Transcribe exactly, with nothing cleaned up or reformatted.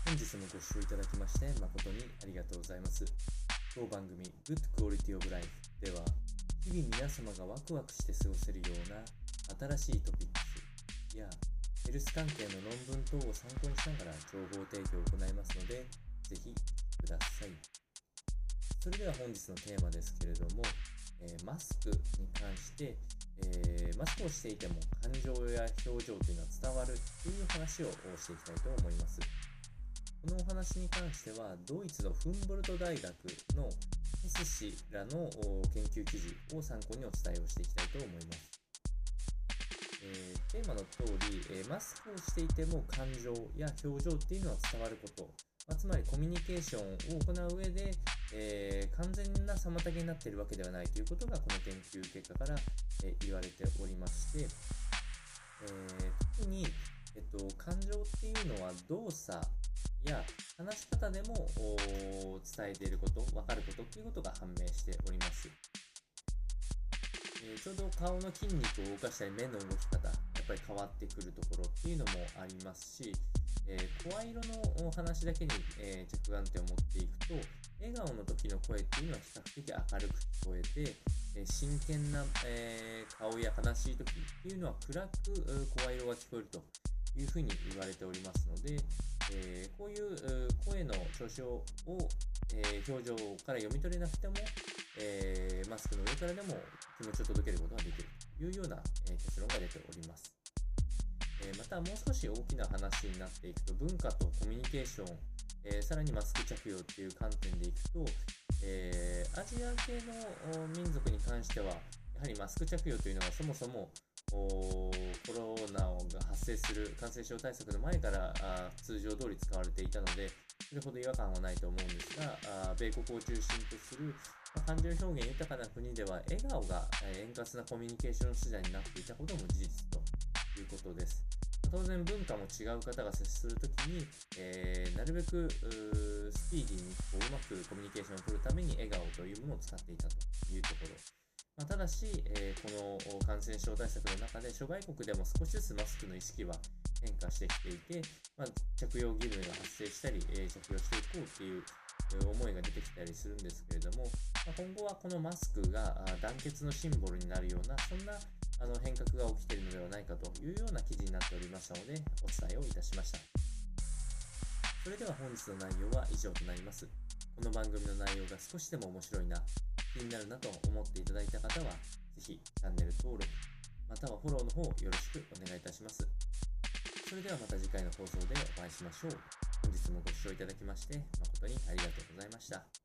本日もご視聴いただきまして誠にありがとうございます。当番組 Good Quality of Life では、日々皆様がワクワクして過ごせるような新しいトピックスやヘルス関係の論文等を参考にしながら情報提供を行いますので、ぜひください。それでは本日のテーマですけれども、えー、マスクに関して、えー、マスクをしていても感情や表情というのは伝わるという話をしていきたいと思います。このお話に関しては、ドイツのフンボルト大学のヘス氏らの研究記事を参考にお伝えをしていきたいと思います。えー、テーマの通り、えー、マスクをしていても感情や表情っていうのは伝わること、まあ、つまりコミュニケーションを行う上で、えー、完全な妨げになっているわけではないということがこの研究結果から、えー、言われておりまして、えー、特に、えっと、感情っていうのは動作や話し方でも伝えていること、分かることということが判明しております。えー、ちょうど顔の筋肉を動かしたり目の動き方、やっぱり変わってくるところっていうのもありますし、えー、声色の話だけに、えー、着眼点を持っていくと、笑顔の時の声っていうのは比較的明るく聞こえて、えー、真剣な、えー、顔や悲しい時っていうのは暗く声色が聞こえるというふうに言われておりますので、えー、こういう声の調子を、えー、表情から読み取れなくても、えー、マスクの上からでも気持ちを届けることができるというような、えー、結論が出ております。えー、またもう少し大きな話になっていくと、文化とコミュニケーション、えー、さらにマスク着用っていう観点でいくと、えー、アジア系の民族に関してはやはりマスク着用というのがそもそもコロナが発生する感染症対策の前からあ通常通り使われていたので、それほど違和感はないと思うんですが、あ米国を中心とする、まあ、感情表現豊かな国では笑顔が、えー、円滑なコミュニケーション手段になっていたことも事実ということです。当然文化も違う方が接するときに、えー、なるべくスピーディーにこううまくコミュニケーションを取るために笑顔というものを使っていたというところ。まあ、ただし、えー、この感染症対策の中で諸外国でも少しずつマスクの意識は変化してきていて、まあ、着用義務が発生したり、えー、着用していこうという思いが出てきたりするんですけれども、まあ、今後はこのマスクが団結のシンボルになるような、そんなあの変革が起きているのではないかというような記事になっておりましたので、お伝えをいたしました。それでは本日の内容は以上となります。この番組の内容が少しでも面白いな、気になるなと思っていただいた方は、ぜひチャンネル登録、またはフォローの方よろしくお願いいたします。それではまた次回の放送でお会いしましょう。本日もご視聴いただきまして誠にありがとうございました。